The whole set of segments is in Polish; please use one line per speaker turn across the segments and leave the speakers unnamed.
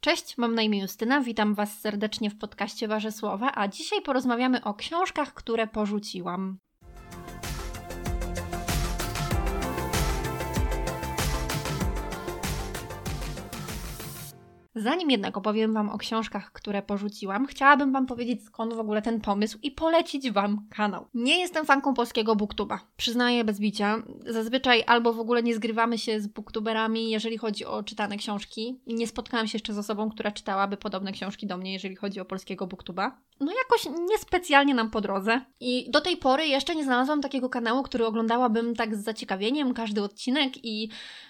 Cześć, mam na imię Justyna, witam Was serdecznie w podcaście Wasze Słowa, a dzisiaj porozmawiamy o książkach, które porzuciłam. Zanim jednak opowiem Wam o książkach, które porzuciłam, chciałabym Wam powiedzieć, skąd w ogóle ten pomysł i polecić Wam kanał. Nie jestem fanką polskiego booktuba, przyznaję bez bicia. Zazwyczaj albo w ogóle nie zgrywamy się z booktuberami, jeżeli chodzi o czytane książki. Nie spotkałam się jeszcze z osobą, która czytałaby podobne książki do mnie, jeżeli chodzi o polskiego booktuba. No jakoś niespecjalnie nam po drodze. I do tej pory jeszcze nie znalazłam takiego kanału, który oglądałabym tak z zaciekawieniem każdy odcinek i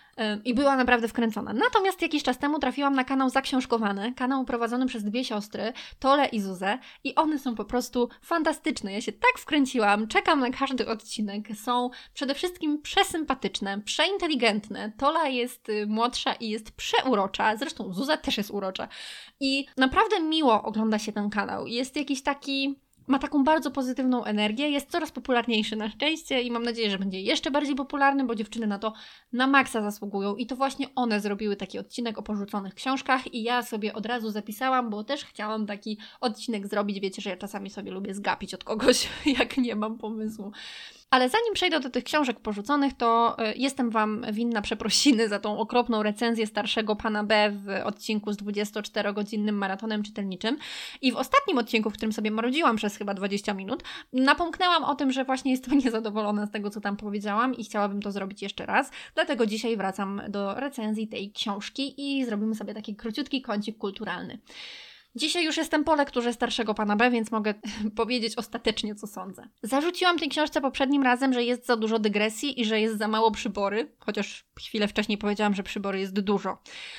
była naprawdę wkręcona. Natomiast jakiś czas temu trafiłam na kanał Zaksiążkowany, kanał prowadzony przez dwie siostry, Tolę i Zuzę, i one są po prostu fantastyczne. Ja się tak wkręciłam, czekam na każdy odcinek. Są przede wszystkim przesympatyczne, przeinteligentne. Tola jest młodsza i jest przeurocza, zresztą Zuza też jest urocza. I naprawdę miło ogląda się ten kanał. Jest jakiś taki... Ma taką bardzo pozytywną energię, jest coraz popularniejszy na szczęście i mam nadzieję, że będzie jeszcze bardziej popularny, bo dziewczyny na to na maksa zasługują i to właśnie one zrobiły taki odcinek o porzuconych książkach i ja sobie od razu zapisałam, bo też chciałam taki odcinek zrobić. Wiecie, że ja czasami sobie lubię zgapić od kogoś, jak nie mam pomysłu. Ale zanim przejdę do tych książek porzuconych, to jestem Wam winna przeprosiny za tą okropną recenzję Starszego Pana B w odcinku z 24-godzinnym maratonem czytelniczym. I w ostatnim odcinku, w którym sobie marudziłam przez chyba 20 minut, napomknęłam o tym, że właśnie jestem niezadowolona z tego, co tam powiedziałam i chciałabym to zrobić jeszcze raz. Dlatego dzisiaj wracam do recenzji tej książki i zrobimy sobie taki króciutki kącik kulturalny. Dzisiaj już jestem po lekturze Starszego Pana B, więc mogę powiedzieć ostatecznie, co sądzę. Zarzuciłam tej książce poprzednim razem, że jest za dużo dygresji i że jest za mało przybory, chociaż chwilę wcześniej powiedziałam, że przybory jest dużo.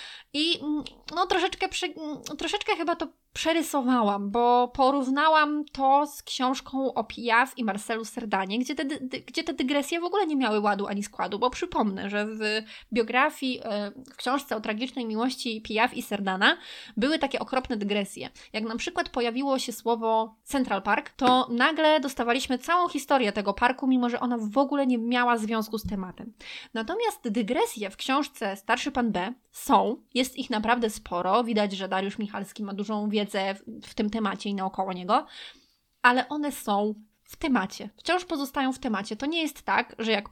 I no troszeczkę chyba to przerysowałam, bo porównałam to z książką o Piaf i Marcelu Serdanie, gdzie te dygresje w ogóle nie miały ładu ani składu, bo przypomnę, że w biografii, w książce o tragicznej miłości Piaf i Serdana były takie okropne dygresje. Jak na przykład pojawiło się słowo Central Park, to nagle dostawaliśmy całą historię tego parku, mimo że ona w ogóle nie miała związku z tematem. Natomiast dygresje w książce Starszy Pan B jest ich naprawdę sporo, widać, że Dariusz Michalski ma dużą wiedzę w tym temacie i naokoło niego, ale one są w temacie. Wciąż pozostają w temacie. To nie jest tak, że jak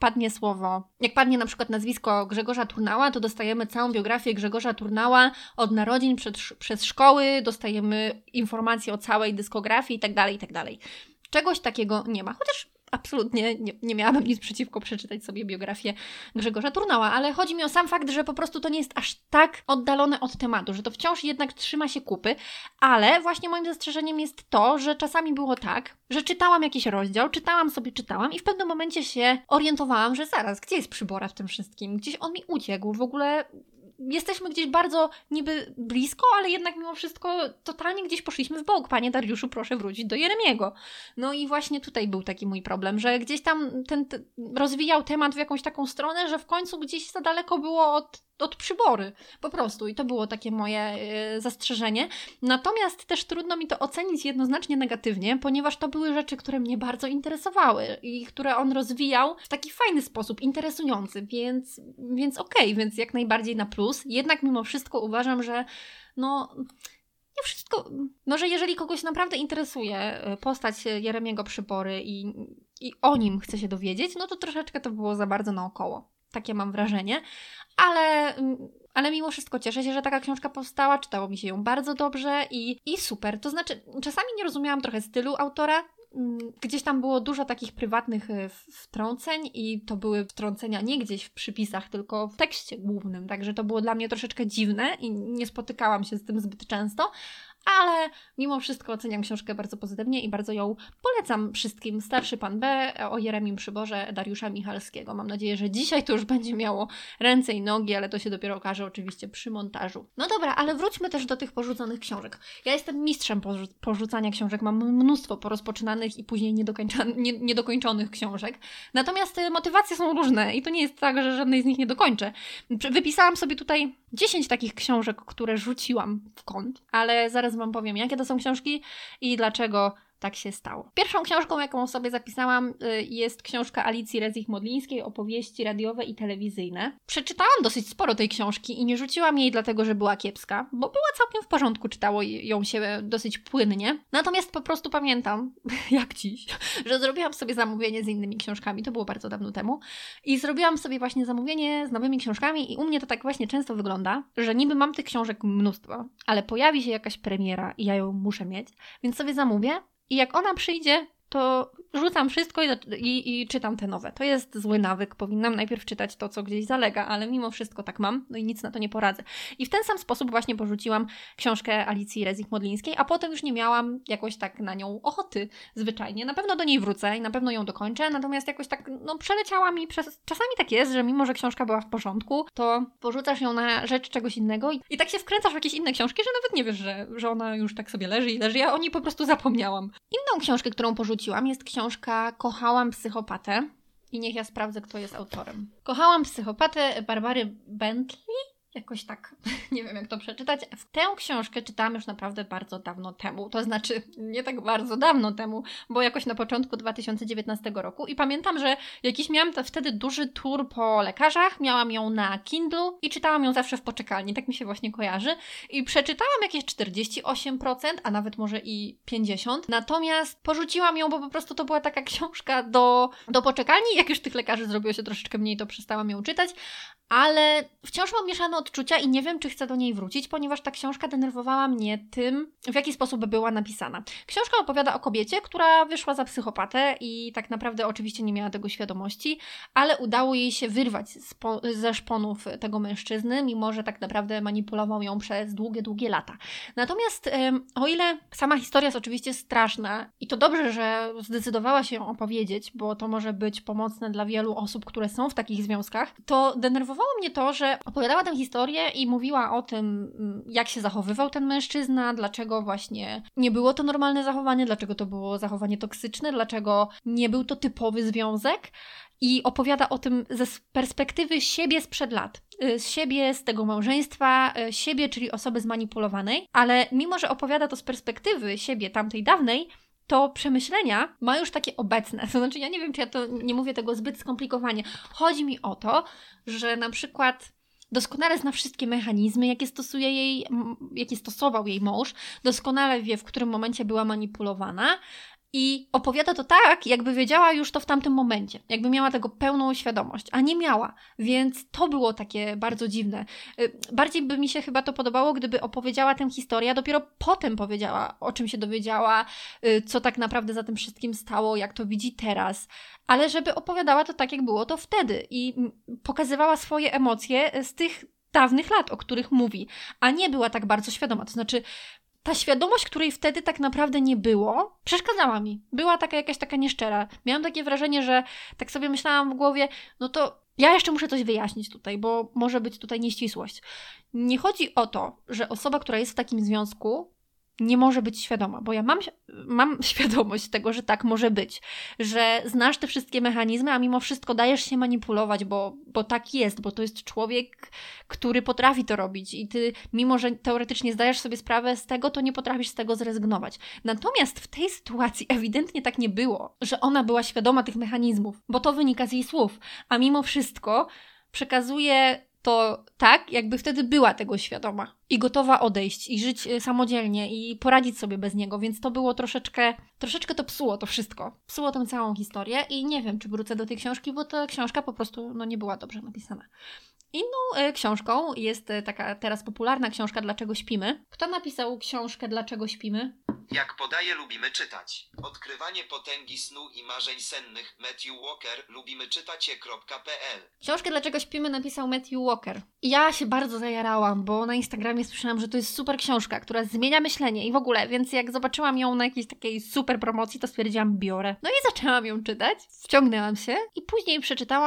padnie na przykład nazwisko Grzegorza Turnała, to dostajemy całą biografię Grzegorza Turnała od narodzin przez szkoły, dostajemy informacje o całej dyskografii itd., itd. Czegoś takiego nie ma, chociaż absolutnie nie miałabym nic przeciwko przeczytać sobie biografię Grzegorza Turnała, ale chodzi mi o sam fakt, że po prostu to nie jest aż tak oddalone od tematu, że to wciąż jednak trzyma się kupy, ale właśnie moim zastrzeżeniem jest to, że czasami było tak, że czytałam jakiś rozdział, czytałam i w pewnym momencie się orientowałam, że zaraz, gdzie jest przybora w tym wszystkim? Gdzieś on mi uciekł, w ogóle... Jesteśmy gdzieś bardzo niby blisko, ale jednak mimo wszystko totalnie gdzieś poszliśmy w bok. Panie Dariuszu, proszę wrócić do Jeremiego. No i właśnie tutaj był taki mój problem, że gdzieś tam ten rozwijał temat w jakąś taką stronę, że w końcu gdzieś za daleko było od przybory. Po prostu. I to było takie moje zastrzeżenie. Natomiast też trudno mi to ocenić jednoznacznie negatywnie, ponieważ to były rzeczy, które mnie bardzo interesowały i które on rozwijał w taki fajny sposób, interesujący, więc okej, więc jak najbardziej na plus. Jednak mimo wszystko uważam, że nie wszystko, że jeżeli kogoś naprawdę interesuje postać Jeremiego Przybory i o nim chce się dowiedzieć, no to troszeczkę to było za bardzo naokoło. Takie mam wrażenie, ale mimo wszystko cieszę się, że taka książka powstała, czytało mi się ją bardzo dobrze i super. To znaczy, czasami nie rozumiałam trochę stylu autora, gdzieś tam było dużo takich prywatnych wtrąceń i to były wtrącenia nie gdzieś w przypisach, tylko w tekście głównym, także to było dla mnie troszeczkę dziwne i nie spotykałam się z tym zbyt często, ale mimo wszystko oceniam książkę bardzo pozytywnie i bardzo ją polecam wszystkim. Starszy Pan B o Jeremim Przyborze Dariusza Michalskiego. Mam nadzieję, że dzisiaj to już będzie miało ręce i nogi, ale to się dopiero okaże oczywiście przy montażu. No dobra, ale wróćmy też do tych porzuconych książek. Ja jestem mistrzem porzucania książek, mam mnóstwo porozpoczynanych i później niedokończonych książek. Natomiast motywacje są różne i to nie jest tak, że żadnej z nich nie dokończę. Wypisałam sobie tutaj 10 takich książek, które rzuciłam w kąt, ale zaraz Wam powiem, jakie to są książki i dlaczego tak się stało. Pierwszą książką, jaką sobie zapisałam, jest książka Alicji Rezich-Modlińskiej, opowieści radiowe i telewizyjne. Przeczytałam dosyć sporo tej książki i nie rzuciłam jej dlatego, że była kiepska, bo była całkiem w porządku, czytało ją się dosyć płynnie. Natomiast po prostu pamiętam, jak dziś, że zrobiłam sobie zamówienie z innymi książkami, to było bardzo dawno temu, i zrobiłam sobie właśnie zamówienie z nowymi książkami i u mnie to tak właśnie często wygląda, że niby mam tych książek mnóstwo, ale pojawi się jakaś premiera i ja ją muszę mieć, więc sobie zamówię i jak ona przyjdzie, to rzucam wszystko i czytam te nowe. To jest zły nawyk. Powinnam najpierw czytać to, co gdzieś zalega, ale mimo wszystko tak mam, no i nic na to nie poradzę. I w ten sam sposób właśnie porzuciłam książkę Alicji Rezich-Modlińskiej, a potem już nie miałam jakoś tak na nią ochoty zwyczajnie. Na pewno do niej wrócę i na pewno ją dokończę, natomiast jakoś tak, przeleciała mi Czasami tak jest, że mimo, że książka była w porządku, to porzucasz ją na rzecz czegoś innego i tak się wkręcasz w jakieś inne książki, że nawet nie wiesz, że ona już tak sobie leży. Ja o niej po prostu zapomniałam. Inną książkę, którą porzuciłam, jest książka Kochałam psychopatę i niech ja sprawdzę, kto jest autorem. Kochałam psychopatę Barbary Bentley? Jakoś tak, nie wiem jak to przeczytać. Tę książkę czytałam już naprawdę bardzo dawno temu. To znaczy, nie tak bardzo dawno temu, bo jakoś na początku 2019 roku. I pamiętam, że jakiś miałam wtedy duży tour po lekarzach. Miałam ją na Kindle i czytałam ją zawsze w poczekalni. Tak mi się właśnie kojarzy. I przeczytałam jakieś 48%, a nawet może i 50%. Natomiast porzuciłam ją, bo po prostu to była taka książka do poczekalni. Jak już tych lekarzy zrobiło się troszeczkę mniej, to przestałam ją czytać. Ale wciąż mam mieszane odczucia i nie wiem, czy chcę do niej wrócić, ponieważ ta książka denerwowała mnie tym, w jaki sposób była napisana. Książka opowiada o kobiecie, która wyszła za psychopatę i tak naprawdę oczywiście nie miała tego świadomości, ale udało jej się wyrwać ze szponów tego mężczyzny, mimo że tak naprawdę manipulował ją przez długie, długie lata. Natomiast o ile sama historia jest oczywiście straszna i to dobrze, że zdecydowała się ją opowiedzieć, bo to może być pomocne dla wielu osób, które są w takich związkach, to denerwowało mnie to, że opowiadała tę historię i mówiła o tym, jak się zachowywał ten mężczyzna, dlaczego właśnie nie było to normalne zachowanie, dlaczego to było zachowanie toksyczne, dlaczego nie był to typowy związek i opowiada o tym ze perspektywy siebie sprzed lat. Siebie, z tego małżeństwa, siebie, czyli osoby zmanipulowanej, ale mimo, że opowiada to z perspektywy siebie tamtej dawnej, to przemyślenia ma już takie obecne. To znaczy, ja nie wiem, czy ja to nie mówię tego zbyt skomplikowanie. Chodzi mi o to, że na przykład doskonale zna wszystkie mechanizmy, jakie stosował jej mąż, doskonale wie, w którym momencie była manipulowana i opowiada to tak, jakby wiedziała już to w tamtym momencie, jakby miała tego pełną świadomość, a nie miała, więc to było takie bardzo dziwne. Bardziej by mi się chyba to podobało, gdyby opowiedziała tę historię, a dopiero potem powiedziała, o czym się dowiedziała, co tak naprawdę za tym wszystkim stało, jak to widzi teraz, ale żeby opowiadała to tak, jak było to wtedy i pokazywała swoje emocje z tych dawnych lat, o których mówi, a nie była tak bardzo świadoma, to znaczy ta świadomość, której wtedy tak naprawdę nie było, przeszkadzała mi. Była jakaś taka nieszczera. Miałam takie wrażenie, że tak sobie myślałam w głowie, no to ja jeszcze muszę coś wyjaśnić tutaj, bo może być tutaj nieścisłość. Nie chodzi o to, że osoba, która jest w takim związku, nie może być świadoma, bo ja mam świadomość tego, że tak może być, że znasz te wszystkie mechanizmy, a mimo wszystko dajesz się manipulować, bo tak jest, bo to jest człowiek, który potrafi to robić i ty, mimo że teoretycznie zdajesz sobie sprawę z tego, to nie potrafisz z tego zrezygnować. Natomiast w tej sytuacji ewidentnie tak nie było, że ona była świadoma tych mechanizmów, bo to wynika z jej słów, a mimo wszystko przekazuje to tak, jakby wtedy była tego świadoma i gotowa odejść i żyć samodzielnie i poradzić sobie bez niego, więc to było troszeczkę to psuło to wszystko. Psuło tę całą historię i nie wiem, czy wrócę do tej książki, bo ta książka po prostu nie była dobrze napisana. Inną książką jest taka teraz popularna książka Dlaczego śpimy. Kto napisał książkę Dlaczego śpimy?
Jak podaje Lubimy czytać. Odkrywanie potęgi snu i marzeń sennych. Matthew Walker. lubimyczytacie.pl.
Książkę Dlaczego śpimy napisał Matthew Walker. I ja się bardzo zajarałam, bo na Instagramie słyszałam, że to jest super książka, która zmienia myślenie i w ogóle, więc jak zobaczyłam ją na jakiejś takiej super promocji, to stwierdziłam, biorę. No i zaczęłam ją czytać, wciągnęłam się i później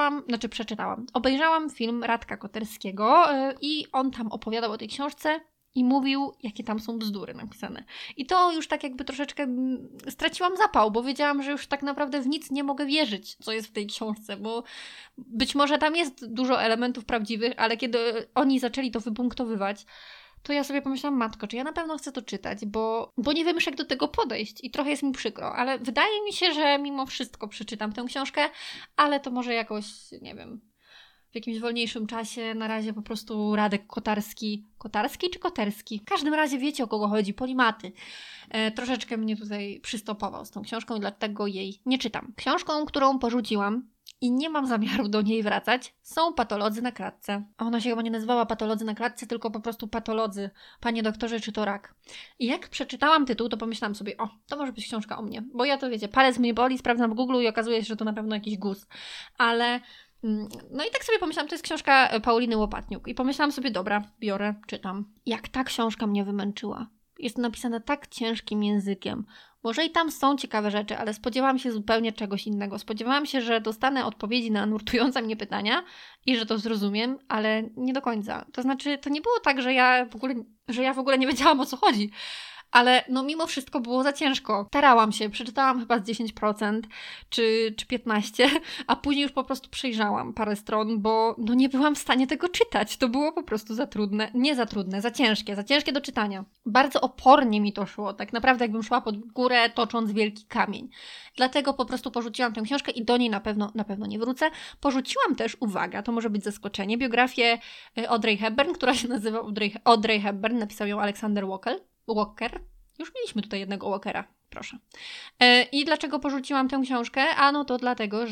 obejrzałam film Radka Koterskiego i on tam opowiadał o tej książce i mówił, jakie tam są bzdury napisane. I to już tak jakby troszeczkę straciłam zapał, bo wiedziałam, że już tak naprawdę w nic nie mogę wierzyć, co jest w tej książce, bo być może tam jest dużo elementów prawdziwych, ale kiedy oni zaczęli to wypunktowywać, to ja sobie pomyślałam, matko, czy ja na pewno chcę to czytać, bo nie wiem już jak do tego podejść i trochę jest mi przykro, ale wydaje mi się, że mimo wszystko przeczytam tę książkę, ale to może jakoś, nie wiem, w jakimś wolniejszym czasie. Na razie po prostu Radek Kotarski czy Koterski? W każdym razie wiecie, o kogo chodzi, Polimaty. Troszeczkę mnie tutaj przystopował z tą książką i dlatego jej nie czytam. Książką, którą porzuciłam i nie mam zamiaru do niej wracać, są Patolodzy na klatce. Ona się chyba nie nazywała Patolodzy na klatce, tylko po prostu Patolodzy. Panie doktorze, czy to rak? I jak przeczytałam tytuł, to pomyślałam sobie, o, to może być książka o mnie. Bo ja to wiecie, palec mnie boli, sprawdzam w Google i okazuje się, że to na pewno jakiś guz. Ale no i tak sobie pomyślałam, to jest książka Pauliny Łopatniuk. I pomyślałam sobie, dobra, biorę, czytam. Jak ta książka mnie wymęczyła. Jest napisana tak ciężkim językiem. Może i tam są ciekawe rzeczy, ale spodziewałam się zupełnie czegoś innego. Spodziewałam się, że dostanę odpowiedzi na nurtujące mnie pytania i że to zrozumiem, ale nie do końca. To znaczy, to nie było tak, że ja w ogóle nie wiedziałam, o co chodzi. Ale no mimo wszystko było za ciężko. Starałam się, przeczytałam chyba z 10% czy 15%, a później już po prostu przejrzałam parę stron, bo no nie byłam w stanie tego czytać. To było po prostu za trudne, nie za trudne, za ciężkie do czytania. Bardzo opornie mi to szło, tak naprawdę jakbym szła pod górę, tocząc wielki kamień. Dlatego po prostu porzuciłam tę książkę i do niej na pewno nie wrócę. Porzuciłam też, uwaga, to może być zaskoczenie, biografię Audrey Hepburn, która się nazywa Audrey Hepburn, napisał ją Alexander Walker. Już mieliśmy tutaj jednego Walkera, proszę. I dlaczego porzuciłam tę książkę? No to dlatego,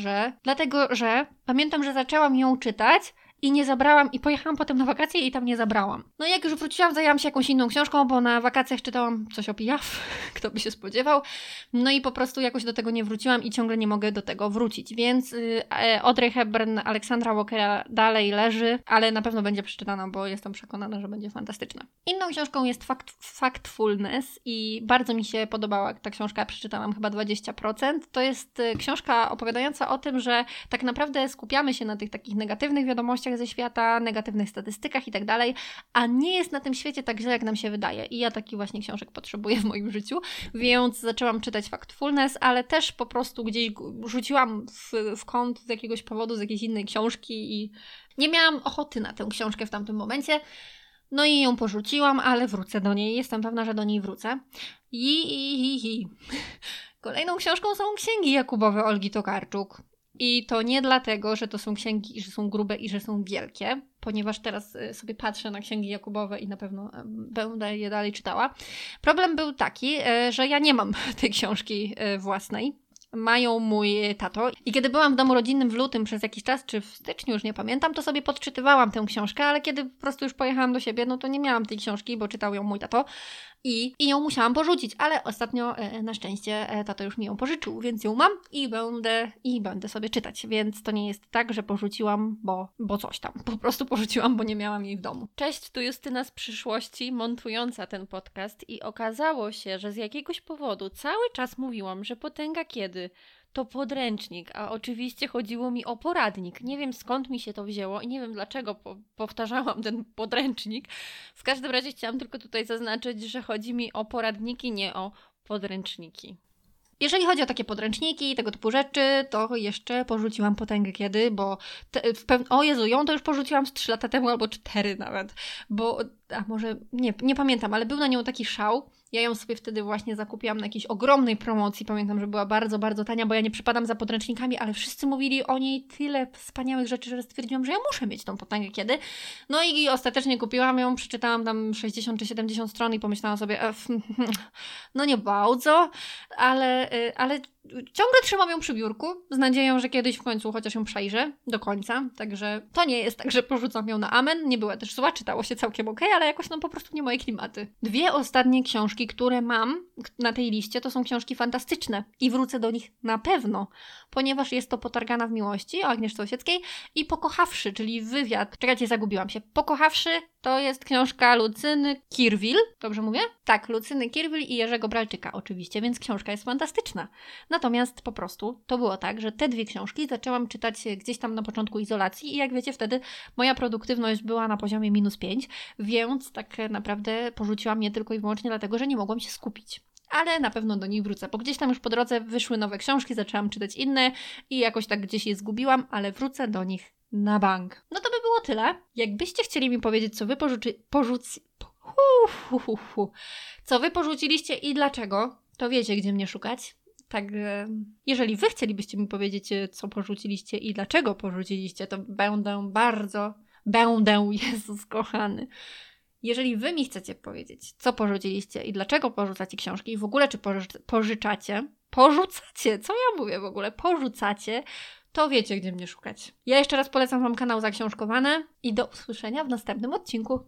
że pamiętam, że zaczęłam ją czytać i nie zabrałam, i pojechałam potem na wakacje i tam nie zabrałam. No i jak już wróciłam, zajęłam się jakąś inną książką, bo na wakacjach czytałam coś o Piaf, kto by się spodziewał. No i po prostu jakoś do tego nie wróciłam i ciągle nie mogę do tego wrócić. Więc Audrey Hepburn Aleksandra Walkera dalej leży, ale na pewno będzie przeczytana, bo jestem przekonana, że będzie fantastyczna. Inną książką jest Factfulness i bardzo mi się podobała ta książka, przeczytałam chyba 20%. To jest książka opowiadająca o tym, że tak naprawdę skupiamy się na tych takich negatywnych wiadomościach ze świata, negatywnych statystykach i tak dalej, a nie jest na tym świecie tak źle, jak nam się wydaje. I ja takich właśnie książek potrzebuję w moim życiu, więc zaczęłam czytać Factfulness, ale też po prostu gdzieś rzuciłam w kąt z jakiegoś powodu, z jakiejś innej książki i nie miałam ochoty na tę książkę w tamtym momencie. No i ją porzuciłam, ale wrócę do niej. Jestem pewna, że do niej wrócę. Kolejną książką są księgi Jakubowe Olgi Tokarczuk. I to nie dlatego, że to są księgi, że są grube i że są wielkie, ponieważ teraz sobie patrzę na księgi Jakubowe i na pewno będę je dalej czytała. Problem był taki, że ja nie mam tej książki własnej. Mają mój tato. I kiedy byłam w domu rodzinnym w lutym przez jakiś czas, czy w styczniu, już nie pamiętam, to sobie podczytywałam tę książkę, ale kiedy po prostu już pojechałam do siebie, no to nie miałam tej książki, bo czytał ją mój tato i ją musiałam porzucić, ale ostatnio na szczęście tato już mi ją pożyczył, więc ją mam i będę sobie czytać, więc to nie jest tak, że porzuciłam, bo coś tam. Po prostu porzuciłam, bo nie miałam jej w domu. Cześć, tu Justyna z przyszłości, montująca ten podcast i okazało się, że z jakiegoś powodu cały czas mówiłam, że Potęga Kiedy to podręcznik, a oczywiście chodziło mi o poradnik. Nie wiem skąd mi się to wzięło i nie wiem dlaczego powtarzałam ten podręcznik. W każdym razie chciałam tylko tutaj zaznaczyć, że chodzi mi o poradniki, nie o podręczniki. Jeżeli chodzi o takie podręczniki i tego typu rzeczy, to jeszcze porzuciłam Potęgę Kiedy, bo o Jezu, ją to już porzuciłam z 3 lata temu albo 4 nawet, bo, a może, nie pamiętam, ale był na nią taki szał. Ja ją sobie wtedy właśnie zakupiłam na jakiejś ogromnej promocji. Pamiętam, że była bardzo, bardzo tania, bo ja nie przypadam za podręcznikami, ale wszyscy mówili o niej tyle wspaniałych rzeczy, że stwierdziłam, że ja muszę mieć tą Potęgę Kiedy. No i ostatecznie kupiłam ją, przeczytałam tam 60 czy 70 stron i pomyślałam sobie, no nie bardzo, ale ciągle trzymam ją przy biurku z nadzieją, że kiedyś w końcu chociaż ją przejrzę do końca. Także to nie jest tak, że porzucam ją na amen. Nie była też zła, czytało się całkiem okej, ale jakoś po prostu nie moje klimaty. 2 ostatnie książki, które mam na tej liście, to są książki fantastyczne i wrócę do nich na pewno, ponieważ jest to Potargana w miłości o Agnieszce Osieckiej i Pokochawszy, czyli wywiad. Czekajcie, zagubiłam się. Pokochawszy to jest książka Lucyny Kirwil. Dobrze mówię? Tak, Lucyny Kirwil i Jerzego Bralczyka oczywiście, więc książka jest fantastyczna. Natomiast po prostu to było tak, że te 2 książki zaczęłam czytać gdzieś tam na początku izolacji i jak wiecie, wtedy moja produktywność była na poziomie -5, więc tak naprawdę porzuciłam je tylko i wyłącznie dlatego, że nie mogłam się skupić. Ale na pewno do nich wrócę, bo gdzieś tam już po drodze wyszły nowe książki, zaczęłam czytać inne i jakoś tak gdzieś je zgubiłam, ale wrócę do nich na bank. No to by było tyle. Jakbyście chcieli mi powiedzieć, co wy Co wy porzuciliście i dlaczego, to wiecie, gdzie mnie szukać. Tak, jeżeli wy chcielibyście mi powiedzieć, co porzuciliście i dlaczego porzuciliście, to będę, Jezus kochany. Jeżeli wy mi chcecie powiedzieć, co porzuciliście i dlaczego porzucacie książki i w ogóle czy porzucacie, co ja mówię w ogóle, porzucacie, to wiecie, gdzie mnie szukać. Ja jeszcze raz polecam wam kanał Zaksiążkowane i do usłyszenia w następnym odcinku.